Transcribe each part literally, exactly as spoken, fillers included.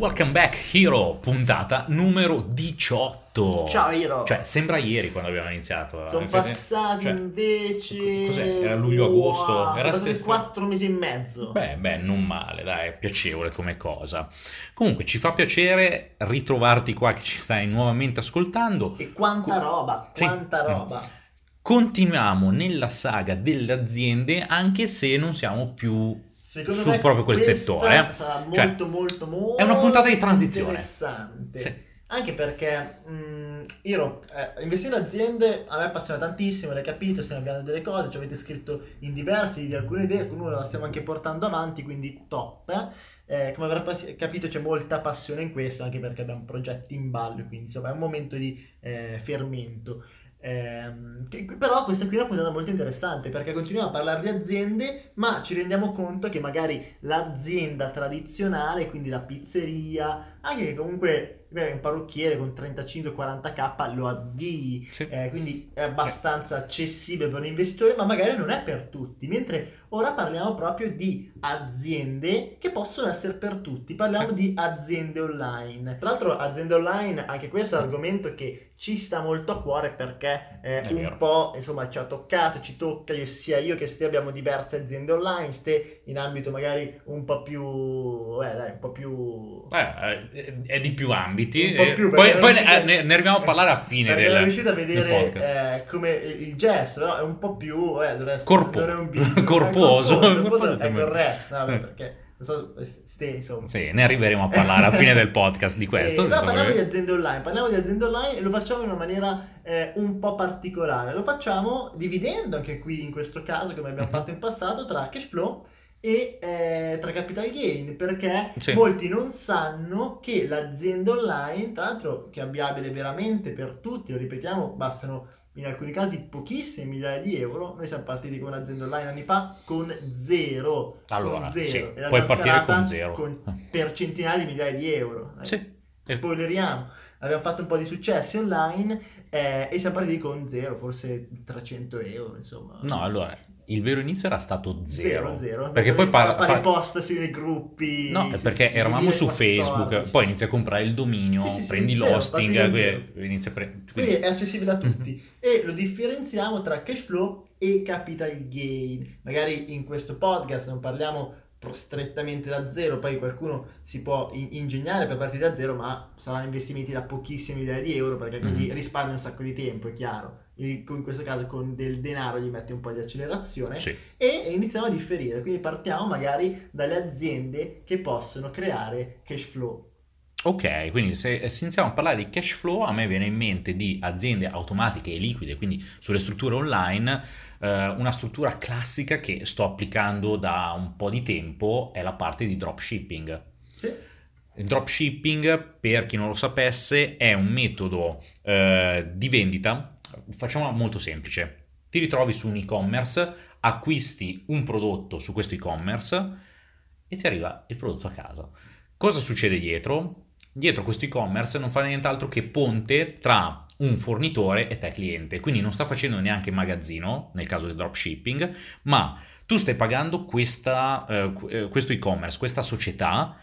Welcome back Hero, puntata numero diciotto. Ciao Hiro. Cioè, sembra ieri quando abbiamo iniziato. Sono Effetti- passati cioè, invece... cos'è? Era luglio-agosto? Wow, Era sono passati ste- quattro mesi e mezzo. Beh, beh, non male, dai, è piacevole come cosa. Comunque, ci fa piacere ritrovarti qua che ci stai nuovamente ascoltando. E quanta Co- roba, Sì. quanta Mm. roba. Continuiamo nella saga delle aziende, anche se non siamo più Secondo su me proprio quel questa settore. eh. sarà Cioè, molto molto molto è una puntata di transizione. interessante. Sì. Anche perché mh, Hiro, eh, investire in aziende a me appassiona tantissimo, l'hai capito, stiamo abbiamo delle cose, ci avete scritto in diversi di alcune idee, alcune la stiamo anche portando avanti, quindi top. Eh, come avrà pas- capito c'è molta passione in questo, anche perché abbiamo progetti in ballo, quindi insomma è un momento di eh, fermento. Ehm, che- però questa qui è una puntata molto interessante perché continuiamo a parlare di aziende, ma ci rendiamo conto che magari l'azienda tradizionale, quindi la pizzeria, anche che comunque beh, un parrucchiere con trentacinque quaranta k lo avvii, Sì. eh, quindi è abbastanza accessibile per un investitore, ma magari non è per tutti. Mentre ora parliamo proprio di aziende che possono essere per tutti, parliamo Sì. di aziende online. Tra l'altro aziende online, anche questo è un argomento che ci sta molto a cuore perché eh, È un vero. po' insomma ci ha toccato, ci tocca, io- sia io che Ste abbiamo diverse aziende online, Ste in ambito magari un po' più, eh, dai, un po' più... Eh, eh, è di più ambiti. Un po' eh, più, poi perché poi non ne, riuscite- ne- ne arriviamo a parlare a fine perché del, non riuscite a del vedere podcast. eh, come il gesto, no? È un po' più eh, dovreste- Corpo- non è un video, corposo. è corposo, corposo, è Corposo. corretto, no, beh, Eh. perché non so, Ste, insomma. Sì, ne arriveremo a parlare a fine del podcast di questo. Eh, però senza parliamo di voler- aziende online, parliamo di aziende online e lo facciamo in una maniera eh, un po' particolare. Lo facciamo dividendo anche qui in questo caso, come abbiamo Mhm. fatto in passato, tra cash flow e eh, tra capital gain, perché Sì. molti non sanno che l'azienda online, tra l'altro che è avviabile veramente per tutti, lo ripetiamo, bastano in alcuni casi pochissime migliaia di euro. Noi siamo partiti con un'azienda online anni fa con zero, Allora, con zero. sì, E l'abbiamo puoi partire scalata con zero. con- per centinaia di migliaia di euro. Eh, Sì. Eh, Spoileriamo, abbiamo fatto un po' di successi online eh, e siamo partiti con zero, forse trecento euro, insomma. No, allora, il vero inizio era stato zero. Zero, zero. Perché poi Fare parla... post sui gruppi. No, è sì, perché sì, sì, eravamo dire su Facebook, quattordici. poi inizi a comprare il dominio, Sì, sì, sì, prendi zero, l'hosting, parti da que- zero. inizi a pre- Quindi è accessibile a tutti Mhm. e lo differenziamo tra cash flow e capital gain. Magari in questo podcast non parliamo pro- strettamente da zero, poi qualcuno si può in- ingegnare per partire da zero, ma saranno investimenti da pochissime migliaia di euro perché così Mhm. risparmia un sacco di tempo, è chiaro. Il- in questo caso con del denaro gli metti un po' di accelerazione Sì. e iniziamo a differire. Quindi partiamo magari dalle aziende che possono creare cash flow. Ok, quindi se, se iniziamo a parlare di cash flow, a me viene in mente di aziende automatiche e liquide, quindi sulle strutture online, eh, una struttura classica che sto applicando da un po' di tempo è la parte di dropshipping. Sì? Il dropshipping, per chi non lo sapesse, è un metodo eh, di vendita, facciamola molto semplice. Ti ritrovi su un e-commerce, acquisti un prodotto su questo e-commerce e ti arriva il prodotto a casa. Cosa succede dietro? Dietro questo e-commerce non fa nient'altro che ponte tra un fornitore e te cliente, quindi non sta facendo neanche magazzino nel caso del dropshipping, ma tu stai pagando questa, eh, questo e-commerce, questa società,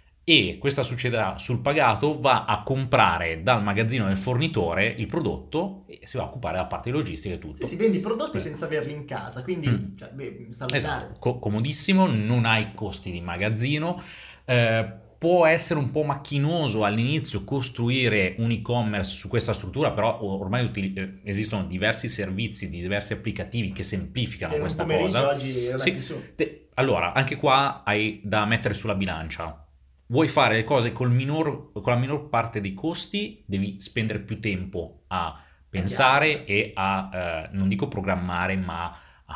e questa società sul pagato va a comprare dal magazzino del fornitore il prodotto e si va a occupare della parte logistica e tutto. Sì, sì, vendi i prodotti Eh. senza averli in casa, quindi Mm. cioè, beh, straordinario. Esatto, co- comodissimo, non hai costi di magazzino, eh, può essere un po' macchinoso all'inizio costruire un e-commerce su questa struttura, però ormai util- eh, esistono diversi servizi di diversi applicativi che semplificano Che in un questa pomeriggio cosa. oggi lo Sì, metti su. te- allora, anche qua hai da mettere sulla bilancia. Vuoi fare le cose col minor- con la minor parte dei costi, devi spendere più tempo a pensare e a, eh, non dico programmare, ma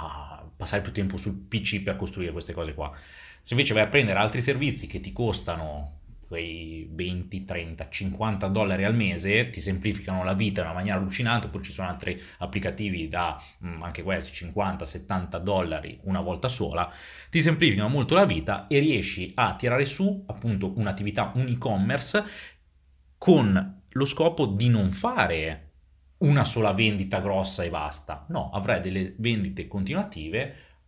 a passare più tempo sul P C per costruire queste cose qua. Se invece vai a prendere altri servizi che ti costano quei venti, trenta, cinquanta dollari al mese, ti semplificano la vita in una maniera allucinante, oppure ci sono altri applicativi da mh, anche questi cinquanta, settanta dollari una volta sola, ti semplificano molto la vita e riesci a tirare su appunto un'attività, un e-commerce con lo scopo di non fare una sola vendita grossa e basta. No, avrai delle vendite continuative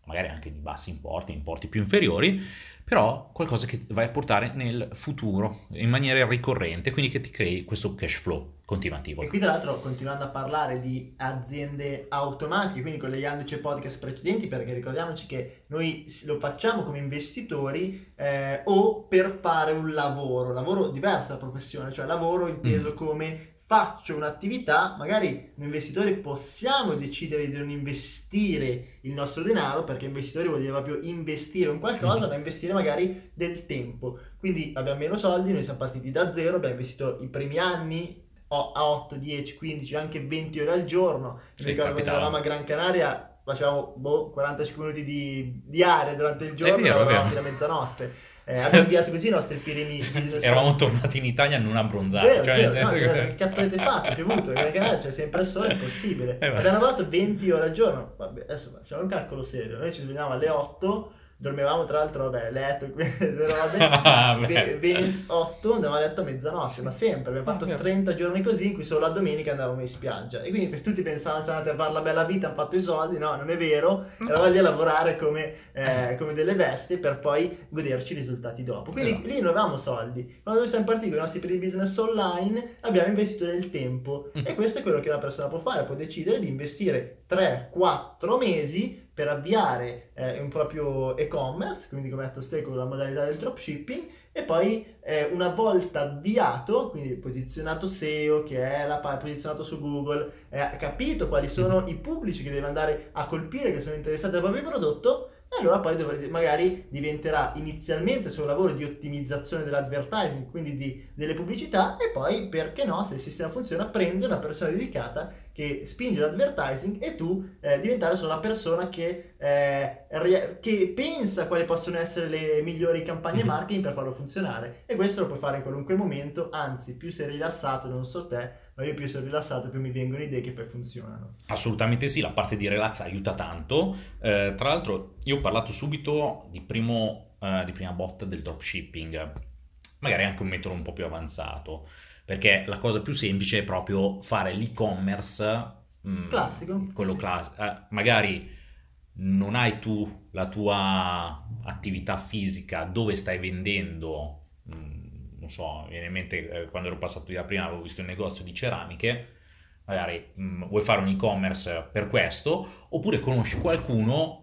magari anche di bassi importi, importi più inferiori, però qualcosa che vai a portare nel futuro in maniera ricorrente, quindi che ti crei questo cash flow E continuativo. qui tra l'altro continuando a parlare di aziende automatiche, quindi collegandoci ai podcast precedenti, perché ricordiamoci che noi lo facciamo come investitori eh, o per fare un lavoro, lavoro diverso da professione, cioè lavoro inteso Mm. come faccio un'attività, magari noi investitori possiamo decidere di non investire il nostro denaro, perché investitori vuol dire proprio investire in qualcosa, Mhm. ma investire magari del tempo. Quindi abbiamo meno soldi, noi siamo partiti da zero, abbiamo investito i primi anni o- a otto, dieci, quindici, anche venti ore al giorno. Io mi Sì, ricordo quando eravamo a capita. Gran Canaria, facevamo boh, quarantacinque minuti di, di aria durante il È giorno e vero, è lavoravamo vero. fino a mezzanotte. Eh, abbiamo avviato così i nostri primi business. Eravamo tornati in Italia non abbronzati, Zero, cioè... zero, no, cioè, che cazzo avete fatto? È piovuto, Gran Canaria c'è sempre il sole, è impossibile. Eh, beh. Abbiamo lavorato venti ore al giorno, vabbè, adesso facciamo un calcolo serio, noi ci svegliamo alle otto, dormivamo tra l'altro, vabbè, letto, queste robe, ve- Vabbè. ventotto, andavamo a letto a mezzanotte, ma sempre, abbiamo Ah, fatto vero. trenta giorni così in cui solo la domenica andavamo in spiaggia. E quindi per tutti pensavano siamo andati a fare la bella vita, hanno fatto i soldi, no, non è vero, eravamo lì a No. lavorare come, Eh, eh, come delle bestie per poi goderci i risultati dopo. Quindi esatto. lì non avevamo soldi. Quando noi siamo partiti con i nostri primi business online abbiamo investito del tempo e Mm. questo è quello che una persona può fare, può decidere di investire tre quattro mesi per avviare eh, un proprio e-commerce, quindi come ha detto Ste con la modalità del dropshipping e poi eh, una volta avviato, quindi posizionato S E O, che è la pa- posizionato su Google, eh, capito quali sono Mhm. i pubblici che deve andare a colpire, che sono interessati al proprio prodotto, e allora poi dovrete, magari diventerà inizialmente su un lavoro di ottimizzazione dell'advertising, quindi di, delle pubblicità, e poi, perché no, se il sistema funziona, prende una persona dedicata che spinge l'advertising e tu eh, diventare solo la persona che, eh, ria- che pensa quali possono essere le migliori campagne Mhm. marketing per farlo funzionare. E questo lo puoi fare in qualunque momento, anzi, più sei rilassato, non so te, ma io più sono rilassato, più mi vengono idee che poi funzionano. Assolutamente sì, la parte di relax aiuta tanto. Eh, tra l'altro, io ho parlato subito di, primo, eh, di prima botta del dropshipping, magari anche un metodo un po' più avanzato, perché la cosa più semplice è proprio fare l'e-commerce, Classico? mm, Sì, quello sì. classico. Eh, magari non hai tu la tua attività fisica dove stai vendendo, mm, non so, mi viene in mente eh, quando ero passato via prima, avevo visto un negozio di ceramiche magari mh, vuoi fare un e-commerce per questo, oppure conosci qualcuno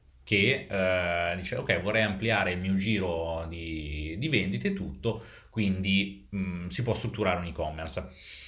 che eh, dice ok vorrei ampliare il mio giro di, di vendite e tutto, quindi mh, si può strutturare un e-commerce.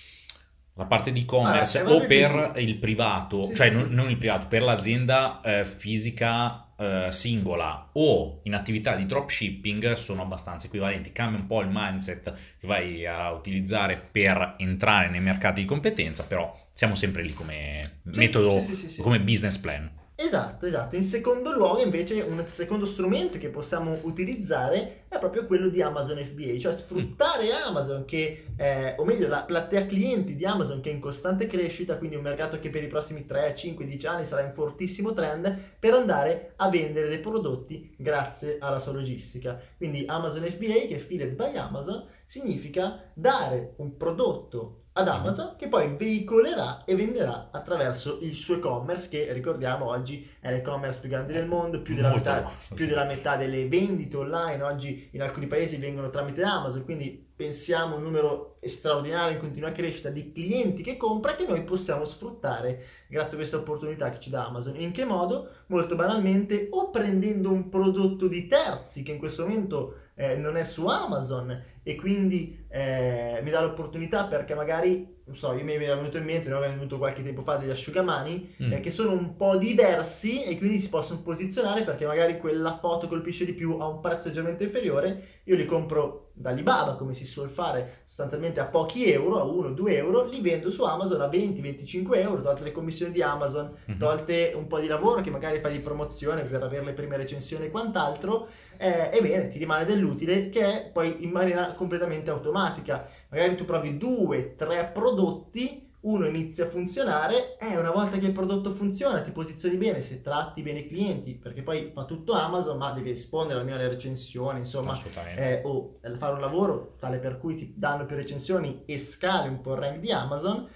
La parte di Guarda, è e-commerce o proprio per così. il privato, Sì, cioè sì, non, sì. non il privato, per l'azienda eh, fisica eh, singola o in attività di dropshipping sono abbastanza equivalenti. Cambia un po' il mindset che vai a utilizzare per entrare nei mercati di competenza, però siamo sempre lì come Sì, sì, metodo, sì, sì, sì. come business plan. Esatto, esatto. In secondo luogo, invece, un secondo strumento che possiamo utilizzare è proprio quello di Amazon F B A, cioè Mm. sfruttare Amazon che, eh, o meglio, la platea clienti di Amazon che è in costante crescita, quindi un mercato che per i prossimi tre, cinque, dieci anni sarà in fortissimo trend, per andare a vendere dei prodotti grazie alla sua logistica. Quindi Amazon F B A, che è Affiliate by Amazon, significa dare un prodotto ad Mhm. Amazon che poi veicolerà e venderà attraverso il suo e-commerce che ricordiamo oggi è l'e-commerce più grande del Eh, mondo, più della molto metà, grosso, più sì. della metà delle vendite online oggi in alcuni paesi vengono tramite Amazon, quindi pensiamo a un numero straordinario in continua crescita di clienti che compra che noi possiamo sfruttare grazie a questa opportunità che ci dà Amazon. In che modo? Molto banalmente o prendendo un prodotto di terzi che in questo momento eh, non è su Amazon e quindi eh, mi dà l'opportunità perché magari, non so, io mi era venuto in mente, ne avevo venuto qualche tempo fa degli asciugamani eh, Mm. che sono un po' diversi e quindi si possono posizionare perché magari quella foto colpisce di più a un prezzo leggermente inferiore, io li compro da Alibaba come si suol fare sostanzialmente a pochi euro, a uno due euro, li vendo su Amazon a venti venticinque euro, tolte le commissioni di Amazon, Mhm. tolte un po' di lavoro che magari fai di promozione per avere le prime recensioni e quant'altro, eh, ebbene ti rimane dell'utile che è poi in maniera completamente automatica. Magari tu provi due, tre prodotti, uno inizia a funzionare e una volta che il prodotto funziona ti posizioni bene, se tratti bene i clienti, perché poi fa tutto Amazon, ma devi rispondere almeno alle recensioni, insomma, Assolutamente. eh, o fare un lavoro tale per cui ti danno più recensioni e scali un po' il rank di Amazon,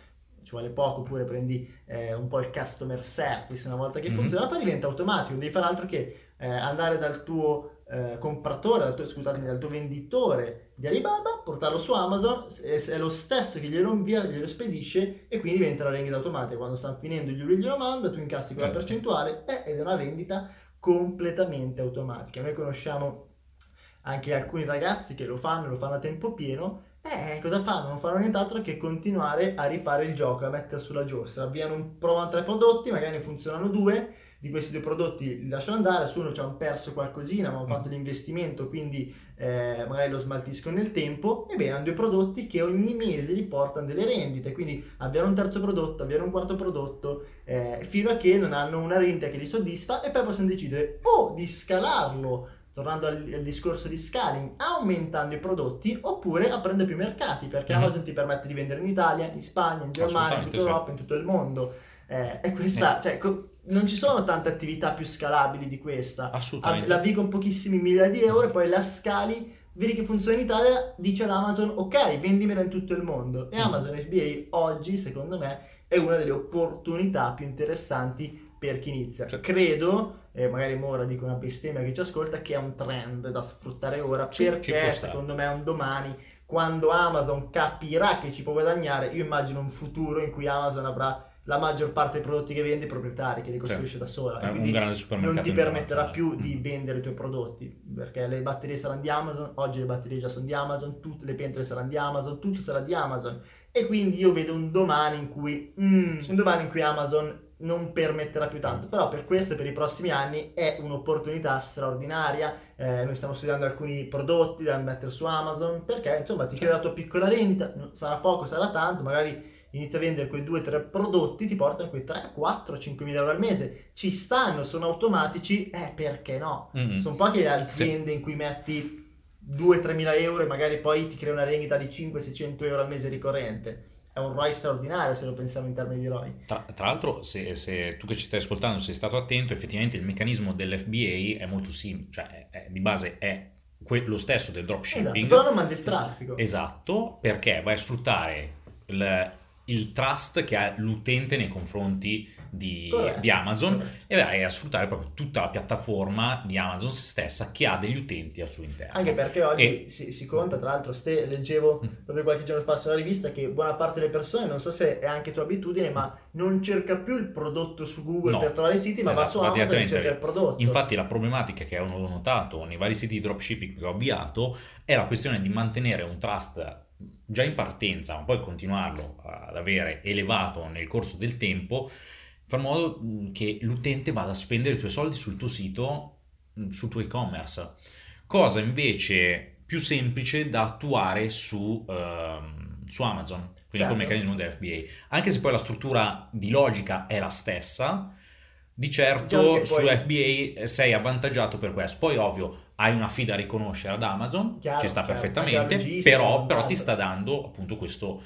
ci vuole poco, oppure prendi eh, un po' il customer service una volta che Mhm. funziona, poi diventa automatico, non devi fare altro che eh, andare dal tuo eh, compratore, dal tuo, scusatemi, dal tuo venditore di Alibaba, portarlo su Amazon, è, è lo stesso che glielo invia, glielo spedisce e quindi diventa la vendita automatica. Quando stanno finendo gli glielo manda, tu incassi quella Certo. percentuale eh, ed è una vendita completamente automatica. Noi conosciamo anche alcuni ragazzi che lo fanno, lo fanno a tempo pieno. Eh, cosa fanno? Non fanno nient'altro che continuare a rifare il gioco, a mettere sulla giostra. Avviano un, provano tre prodotti, magari ne funzionano due, di questi due prodotti li lasciano andare, su uno ci hanno perso qualcosina, ma hanno fatto Mm. l'investimento, quindi eh, magari lo smaltiscono nel tempo, e bene, hanno due prodotti che ogni mese gli portano delle rendite, quindi avviano un terzo prodotto, avviano un quarto prodotto, eh, fino a che non hanno una rendita che li soddisfa e poi possono decidere o di scalarlo, tornando al, al discorso di scaling, aumentando i prodotti, oppure aprendo più mercati, perché Mhm. Amazon ti permette di vendere in Italia, in Spagna, in Germania, in Assolutamente tutta sì. Europa, in tutto il mondo. Eh, e Eh, questa, cioè, co- non ci sono tante attività più scalabili di questa. Ab- La assolutamente. avvii con pochissimi migliaia di euro e Mhm. poi la scali, vedi che funziona in Italia, dice all'Amazon, ok, vendimela in tutto il mondo. E Mhm. Amazon F B A oggi, secondo me, è una delle opportunità più interessanti per chi inizia. Sì. Credo, e magari ora dico una bestemmia che ci ascolta, che è un trend da sfruttare ora, Sì, ci può perché stare. secondo me un domani, quando Amazon capirà che ci può guadagnare, io immagino un futuro in cui Amazon avrà la maggior parte dei prodotti che vende proprietari, che li Sì. costruisce da sola, È e un quindi grande non supermercato ti permetterà internazionale. più di Mhm. vendere i tuoi prodotti, perché le batterie saranno di Amazon, oggi le batterie già sono di Amazon, tutte le pentole saranno di Amazon, tutto sarà di Amazon, e quindi io vedo un domani in cui, mm, Sì. un domani in cui Amazon non permetterà più tanto, però per questo e per i prossimi anni è un'opportunità straordinaria. Eh, noi stiamo studiando alcuni prodotti da mettere su Amazon, perché insomma ti Sì. crea la tua piccola rendita, sarà poco, sarà tanto, magari inizi a vendere quei due o tre prodotti, ti portano quei tre, quattro, cinque mila euro al mese, ci stanno, sono automatici, eh perché no? Mhm. Sono poche le Sì. aziende in cui metti due tre mila euro e magari poi ti crea una rendita di cinquecento seicento euro al mese ricorrente. È un R O I straordinario se lo pensiamo in termini di R O I. Tra, tra l'altro, se, se tu che ci stai ascoltando sei stato attento, effettivamente il meccanismo dell'F B A è molto simile, cioè è- è- di base è que- lo stesso del Esatto, però dropshipping. non mandi il traffico. Esatto, perché vai a sfruttare il, il trust che ha l'utente nei confronti di, di Corretto, Amazon, corretto. e vai a sfruttare proprio tutta la piattaforma di Amazon stessa che ha degli utenti al suo Anche interno. perché oggi E si, si conta, tra l'altro, ste, leggevo proprio qualche giorno fa sulla rivista che buona parte delle persone, non so se è anche tua abitudine, ma non cerca più il prodotto su Google per no, trovare i siti, ma va su esatto, va Amazon e direttamente cerca lì. il prodotto. Infatti la problematica che ho notato nei vari siti di dropshipping che ho avviato è la questione di mantenere un trust già in partenza, ma poi continuarlo ad avere elevato nel corso del tempo, in far modo mh, che l'utente vada a spendere i tuoi soldi sul tuo sito, mh, sul tuo e-commerce. Cosa invece più semplice da attuare su, ehm, su Amazon, quindi col Certo, meccanismo del F B A. Anche se poi la struttura di logica è la stessa, di diciamo che certo su poi, F B A sei avvantaggiato per questo. Poi ovvio hai una fee da riconoscere ad Amazon, ci chiaro, sta chiaro, anche la perfettamente, logistica e però, però ti quant'altro. sta dando appunto questo,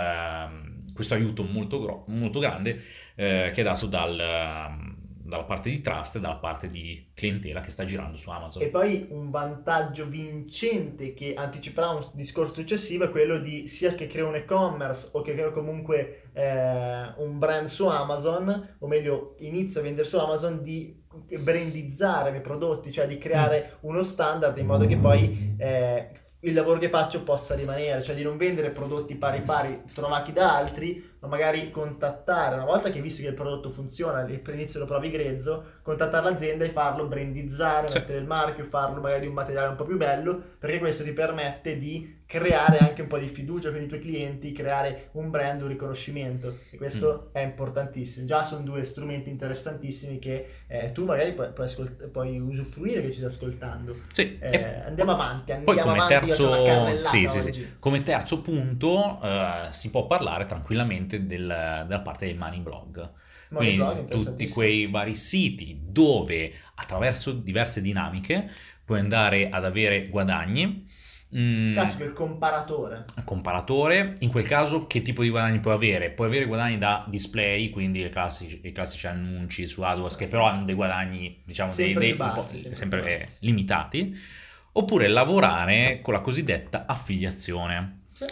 ehm, questo aiuto molto, gro- molto grande, eh, che è dato dal, ehm, dalla parte di trust e dalla parte di clientela che sta girando su E Amazon. poi un vantaggio vincente che anticiperà un discorso successivo è quello di sia che creo un e-commerce o che creo comunque eh, un brand su Amazon, o meglio inizio a vendere su Amazon, di brandizzare i miei prodotti, cioè di Mm. creare uno standard in modo che poi eh, il lavoro che faccio possa rimanere, cioè di non vendere prodotti pari pari trovati da altri, ma magari contattare, una volta che hai visto che il prodotto funziona e per inizio lo provi grezzo, contattare l'azienda e farlo brandizzare, Sì. mettere il marchio, farlo magari di un materiale un po' più bello, perché questo ti permette di creare anche un po' di fiducia con i tuoi clienti, creare un brand, un riconoscimento, e questo Mm. è importantissimo. Già sono due strumenti interessantissimi che eh, tu magari puoi, puoi, ascolt- puoi usufruire, che ci stai ascoltando. Sì, Eh, e andiamo poi, avanti, poi andiamo come avanti, io ho una terzo, sì, carrellata sì, sì, oggi. come terzo punto eh, si può parlare tranquillamente del- della parte del money blog. Money blog, Quindi tutti interessantissimo. quei vari siti dove attraverso diverse dinamiche puoi andare ad avere guadagni. Mm, Classico, il comparatore. comparatore, in quel caso che tipo di guadagni puoi avere? Puoi avere guadagni da display, quindi i classici, i classici annunci su AdWords, che però hanno dei guadagni, diciamo, dei, Sempre più dei- un po' bassi, sempre più sempre eh, bassi. limitati, oppure lavorare con la cosiddetta affiliazione. Sì.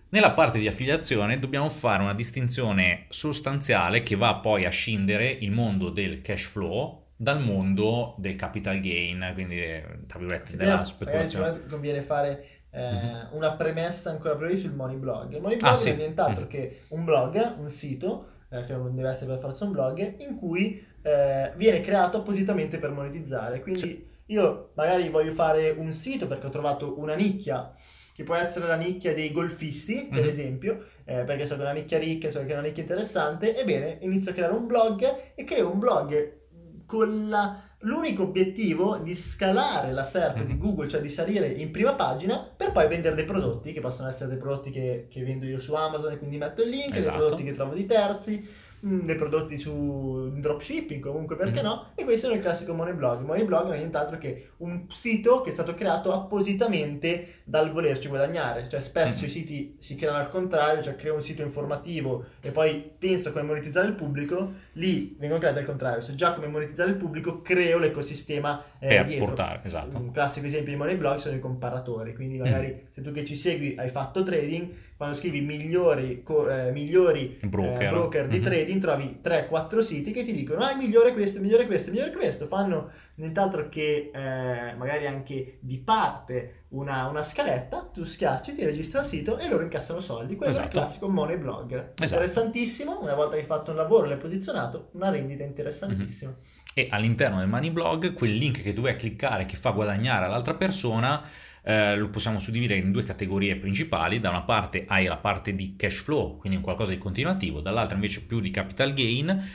Nella parte di affiliazione dobbiamo fare una distinzione sostanziale che va poi a scindere il mondo del cash flow dal mondo del capital gain, quindi eh, tra virgolette Se della prima, magari speculazione. secondo me conviene fare Mhm. eh, una premessa ancora brevi sul money blog. Il money Ah blog non è sì. nient'altro Mhm. che un blog, un sito, eh, che non deve essere per forza un blog, in cui eh, viene creato appositamente per monetizzare. Sì. Quindi io magari voglio fare un sito perché ho trovato una nicchia, che può essere la nicchia dei golfisti, per Mhm. esempio, eh, perché so che è una nicchia ricca, so che è una nicchia interessante, ebbene inizio a creare un blog e creo un blog con la l'unico obiettivo di scalare la SERP di Mhm. Google, cioè di salire in prima pagina per poi vendere dei prodotti, che possono essere dei prodotti che, che vendo io su Amazon e quindi metto il link, dei prodotti Esatto. che trovo di terzi, mh, dei prodotti su dropshipping, comunque perché Mhm. no? E questo è il classico money blog. Il money blog non è nient'altro che un sito che è stato creato appositamente dal volerci guadagnare. Cioè spesso i Mhm. siti si creano al contrario, cioè creo un sito informativo e poi penso come monetizzare il pubblico, lì vengono creati al contrario. Se già come monetizzare il pubblico, creo l'ecosistema eh, Per dietro. portare, Un esatto. classico esempio di money blog sono i comparatori, quindi Mhm. magari se tu che ci segui hai fatto trading, quando scrivi migliori, co- eh, migliori eh, Broker. broker di Mhm. trading trovi tre quattro siti che ti dicono ah, è migliore questo, è migliore questo, è migliore questo, fanno nient'altro che eh, magari anche di parte una, una scaletta, tu schiacci, ti registri al sito e loro incassano soldi. Quello è il Esatto. classico money blog. Esatto. Interessantissimo, una volta che hai fatto un lavoro e l'hai posizionato, una rendita Mhm. interessantissima. E all'interno del money blog, quel link che tu vai a cliccare che fa guadagnare all'altra persona, eh, lo possiamo suddividere in due categorie principali. Da una parte hai la parte di cash flow, quindi un qualcosa di continuativo, dall'altra invece più di capital gain.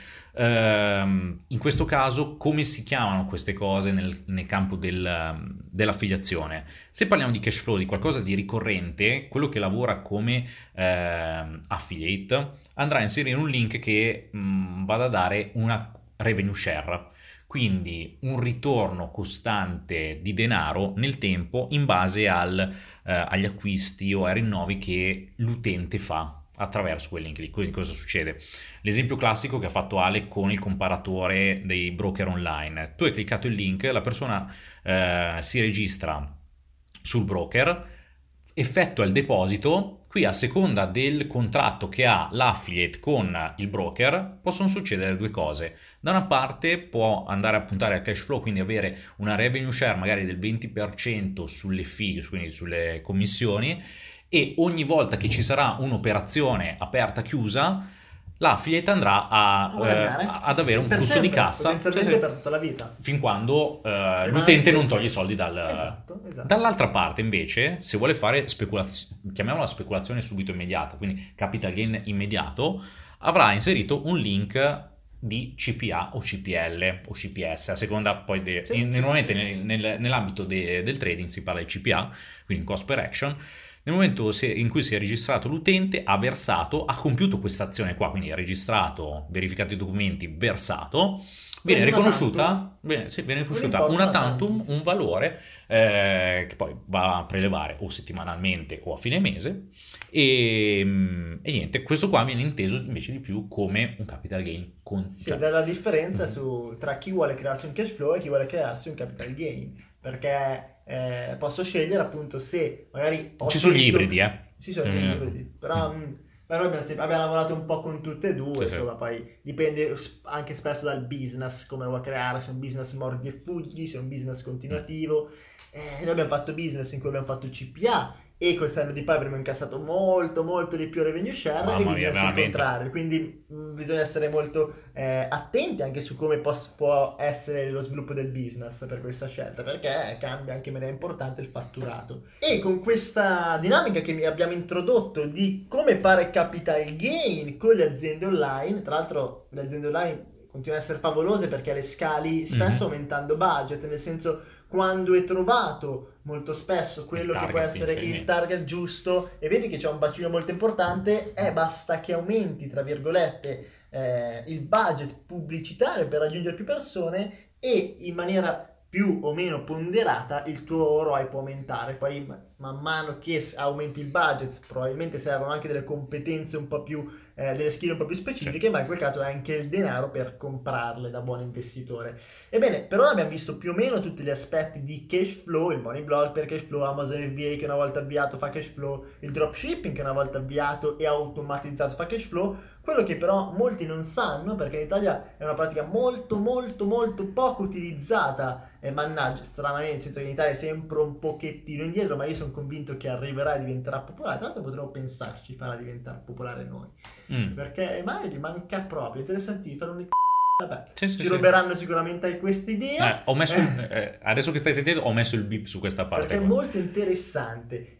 Ehm, in questo caso, come si chiamano queste cose nel, nel campo del, dell'affiliazione? Se parliamo di cash flow, di qualcosa di ricorrente, quello che lavora come ehm, affiliate andrà a inserire un link che mh, vada a dare una revenue share, quindi un ritorno costante di denaro nel tempo in base al, eh, agli acquisti o ai rinnovi che l'utente fa attraverso quel link lì. Quindi cosa succede? L'esempio classico che ha fatto Ale con il comparatore dei broker online. Tu hai cliccato il link, la persona eh, si registra sul broker, effettua il deposito. Qui a seconda del contratto che ha l'affiliate con il broker possono succedere due cose. Da una parte può andare a puntare al cash flow, quindi avere una revenue share magari del venti per cento sulle fee, quindi sulle commissioni, e ogni volta che ci sarà un'operazione aperta-chiusa, l'affiliate andrà A a, eh, guadagnare? Sì, ad sì, avere sì, un per flusso di sempre, cassa, sì, potenzialmente sì, per tutta la vita. fin quando eh, l'utente non Rimanendo... toglie i soldi dal... Esatto, esatto. Dall'altra parte invece, se vuole fare speculazione, chiamiamola speculazione subito immediata, quindi capital gain immediato, avrà inserito un link di C P A o C P L o C P S, a seconda poi, de, Sì, in, sì, sì, normalmente sì. nel, nel, nell'ambito de, del trading si parla di C P A, quindi cost per action. Nel momento in cui si è registrato l'utente, ha versato, ha compiuto questa azione qua, quindi ha registrato, verificato i documenti, versato, viene Prende una tantum, riconosciuta, viene, sì, viene un riconosciuta importo, una una tantum, tantum, sì, un sì. valore eh, che poi va a prelevare o settimanalmente o a fine mese e, e niente, questo qua viene inteso invece di più come un capital gain con, Sì, sì, cioè, dalla differenza mhm. su, tra chi vuole crearsi un cash flow e chi vuole crearsi un capital gain, perché eh, posso scegliere appunto se magari ho Ci sono gli scelto, ibridi, eh. sì, sono degli Eh, ibridi, però mm, mh, beh, noi abbiamo, sem- abbiamo lavorato un po' con tutte e due, sì, sì. insomma, poi dipende s- anche spesso dal business, come lo vuoi creare, se è un business mordi e fuggi, se è un business Mm. continuativo. Eh, noi abbiamo fatto business in cui abbiamo fatto C P A e quest'anno di poi avremmo incassato molto molto di più revenue share e Mamma mia, business il veramente. contrario, quindi mh, bisogna essere molto eh, attenti anche su come pos- può essere lo sviluppo del business per questa scelta, perché cambia anche in maniera importante il fatturato. E con questa dinamica che mi abbiamo introdotto di come fare capital gain con le aziende online, tra l'altro le aziende online continuano ad essere favolose perché le scali spesso Mhm. aumentando budget, nel senso quando hai trovato molto spesso Il quello che può target di essere il riferimento. target giusto e vedi che c'è un bacino molto importante, eh, basta che aumenti, tra virgolette, eh, il budget pubblicitario per raggiungere più persone e in maniera più o meno ponderata il tuo R O I può aumentare. Poi man mano che s- aumenti il budget probabilmente servono anche delle competenze un po' più, eh, delle skill un po' più specifiche, Sì. ma in quel caso hai anche il denaro per comprarle da buon investitore. Ebbene, per ora abbiamo visto più o meno tutti gli aspetti di cash flow, il money blog per cash flow, Amazon F B A che una volta avviato fa cash flow, il dropshipping che una volta avviato e automatizzato fa cash flow. Quello che però molti non sanno, perché in Italia è una pratica molto molto molto poco utilizzata, e mannaggia, stranamente, nel senso che in Italia è sempre un pochettino indietro, ma io sono convinto che arriverà e diventerà popolare. Tra l'altro potremmo pensarci, farà diventare popolare noi, Mm. perché magari gli manca proprio, interessante di fare un... Vabbè, Sì, sì, ci sì. ruberanno sicuramente questa idea. Eh, ho messo il- eh, adesso che stai sentendo, ho messo il beep su questa Perché parte è qua. molto interessante.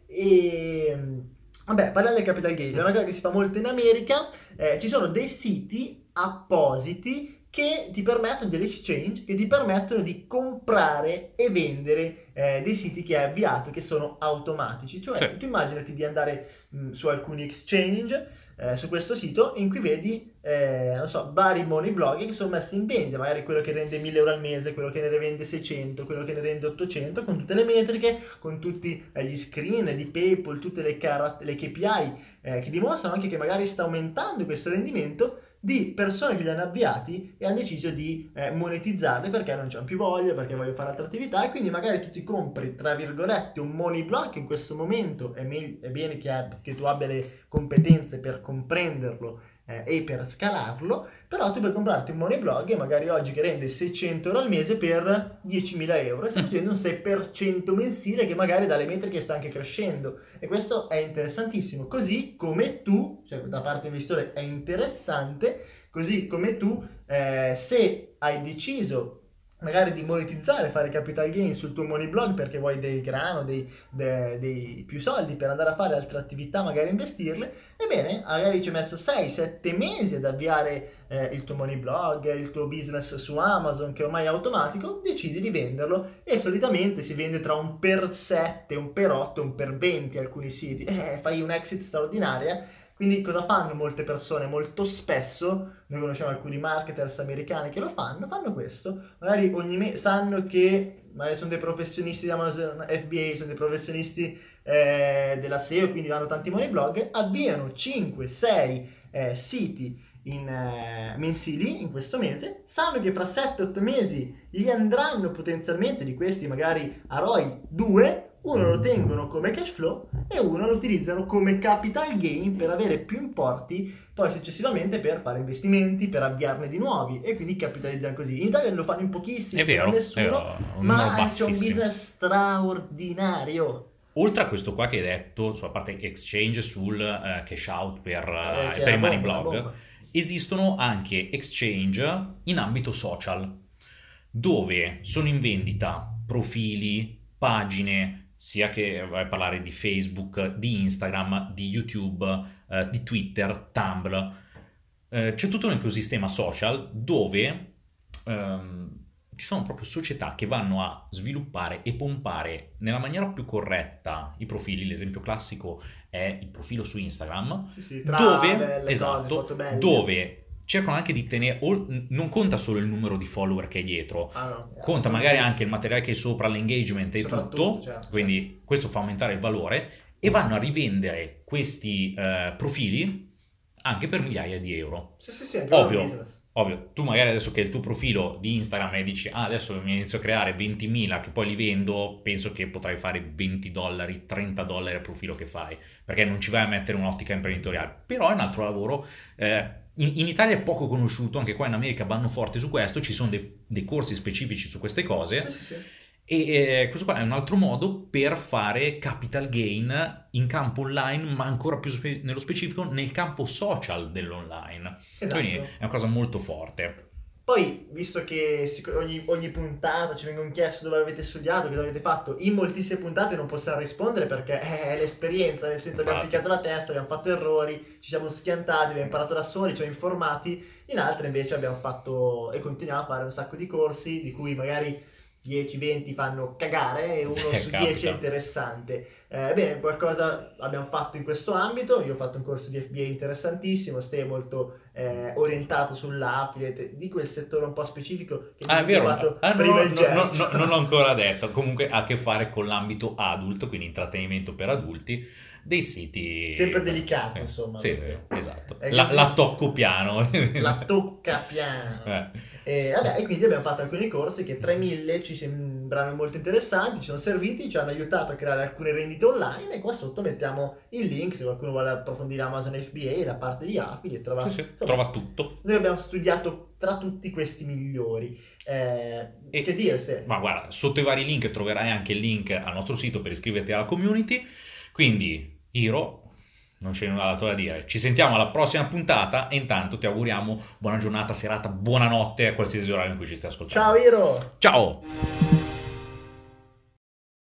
E vabbè, parlando del capital gain, è una cosa che si fa molto in America. Eh, ci sono dei siti appositi che ti permettono, degli exchange che ti permettono di comprare e vendere eh, dei siti che hai avviato, che sono automatici. Sì. Cioè, tu immaginati di andare mh, su alcuni exchange, eh, su questo sito, in cui vedi, eh, non so, vari money blog che sono messi in vendita, magari quello che rende mille euro al mese, quello che ne rende seicento, quello che ne rende ottocento, con tutte le metriche, con tutti eh, gli screen di PayPal, tutte le, carat- le K P I eh, che dimostrano anche che magari sta aumentando questo rendimento di persone che li hanno avviati e hanno deciso di eh, monetizzarli perché non c'hanno più voglia, perché vogliono fare altre attività, e quindi magari tu ti compri, tra virgolette, un money block. In questo momento è, me- è bene che, ab- che tu abbia le competenze per comprenderlo eh, e per scalarlo, però tu puoi comprarti un money blog e magari oggi che rende seicento euro al mese per diecimila euro, e stai facendo un sei per cento mensile che magari dalle metriche sta anche crescendo, e questo è interessantissimo. Così come tu, cioè da parte investitore è interessante, così come tu eh, se hai deciso magari di monetizzare, fare capital gain sul tuo money blog perché vuoi del grano, dei, de- dei più soldi per andare a fare altre attività, magari investirle, ebbene, magari ci hai messo sei sette mesi ad avviare eh, il tuo money blog, il tuo business su Amazon che ormai è automatico, decidi di venderlo, e solitamente si vende tra un per sette, un per otto, un per venti alcuni siti. Eh, fai un exit straordinaria. Quindi cosa fanno molte persone? Molto spesso, noi conosciamo alcuni marketers americani che lo fanno, fanno questo, magari ogni mese sanno che magari sono dei professionisti di Amazon F B A, sono dei professionisti eh, della S E O, quindi hanno tanti money blog, avviano cinque sei eh, siti in, eh, mensili in questo mese, sanno che fra sette otto mesi gli andranno potenzialmente di questi magari a R O I due, uno lo tengono come cash flow e uno lo utilizzano come capital gain per avere più importi poi successivamente per fare investimenti, per avviarne di nuovi, e quindi capitalizzano così. In Italia lo fanno in pochissimi, È se non vero, è nessuno, vero, un numero ma c'è un bassissimo. business straordinario. Oltre a questo qua che hai detto, sulla parte exchange sul eh, cash out per, Eh, eh, che è per la i money bomba, la blog, bomba. esistono anche exchange in ambito social, dove sono in vendita profili, pagine, sia che vai a parlare di Facebook, di Instagram, di YouTube, eh, di Twitter, Tumblr. Eh, c'è tutto un ecosistema social dove ehm, ci sono proprio società che vanno a sviluppare e pompare nella maniera più corretta i profili. L'esempio classico è il profilo su Instagram, Sì, sì, dove, travel, cose, esatto, foto belle. dove cercano anche di tenere, o- non conta solo il numero di follower che è dietro, Ah no, conta magari anche il materiale che è sopra, l'engagement e soprattutto, tutto, certo, certo. quindi questo fa aumentare il valore, e vanno a rivendere questi eh, profili anche per migliaia di euro. Sì, sì, sì, anche quello è un Ovvio, business. ovvio, tu magari adesso che il tuo profilo di Instagram e dici, ah, adesso mi inizio a creare ventimila che poi li vendo, penso che potrai fare venti dollari, trenta dollari al profilo che fai, perché non ci vai a mettere un'ottica imprenditoriale. Però è un altro lavoro. eh, in, in Italia è poco conosciuto, anche qua in America vanno forti su questo, ci sono dei, dei corsi specifici su queste Sì, cose, sì, sì. e eh, questo qua è un altro modo per fare capital gain in campo online, ma ancora più spe- nello specifico nel campo social dell'online. Quindi Esatto. è una cosa molto forte. Poi, visto che sic- ogni, ogni puntata ci vengono chiesto dove avete studiato, cosa avete fatto, in moltissime puntate non possiamo rispondere perché è l'esperienza, nel senso abbiamo Infatti, picchiato la testa, abbiamo fatto errori, ci siamo schiantati, abbiamo imparato da soli, ci siamo informati. In altre invece abbiamo fatto e continuiamo a fare un sacco di corsi di cui magari dieci venti fanno cagare e uno Eh, su capita. dieci è interessante. Eh, bene, qualcosa abbiamo fatto in questo ambito. Io ho fatto un corso di F B A interessantissimo, Ste è molto eh, orientato sull'affiliate, di quel settore un po' specifico che Ah, è mi ha vero, fatto ah, prima no, il no, no, gesto. no, non l'ho ancora detto. Comunque ha a che fare con l'ambito adult, quindi intrattenimento per adulti, dei siti. Sempre delicato, Eh, insomma. sì, questo. sì, esatto. È La, così. la tocco piano. La tocca piano. Eh. E, vabbè, e quindi abbiamo fatto alcuni corsi che tremila ci sembrano molto interessanti, ci sono serviti, ci hanno aiutato a creare alcune rendite online e qua sotto mettiamo il link se qualcuno vuole approfondire Amazon F B A da parte di Affiliate. Trova, Sì, sì, insomma, trova tutto. noi abbiamo studiato tra tutti questi migliori. Eh, E- che dire, Ste? Ma guarda, sotto i vari link troverai anche il link al nostro sito per iscriverti alla community. Quindi, Iro, non c'è null'altro da dire. Ci sentiamo alla prossima puntata e intanto ti auguriamo buona giornata, serata, buonanotte a qualsiasi orario in cui ci stai ascoltando. Ciao Iro! Ciao!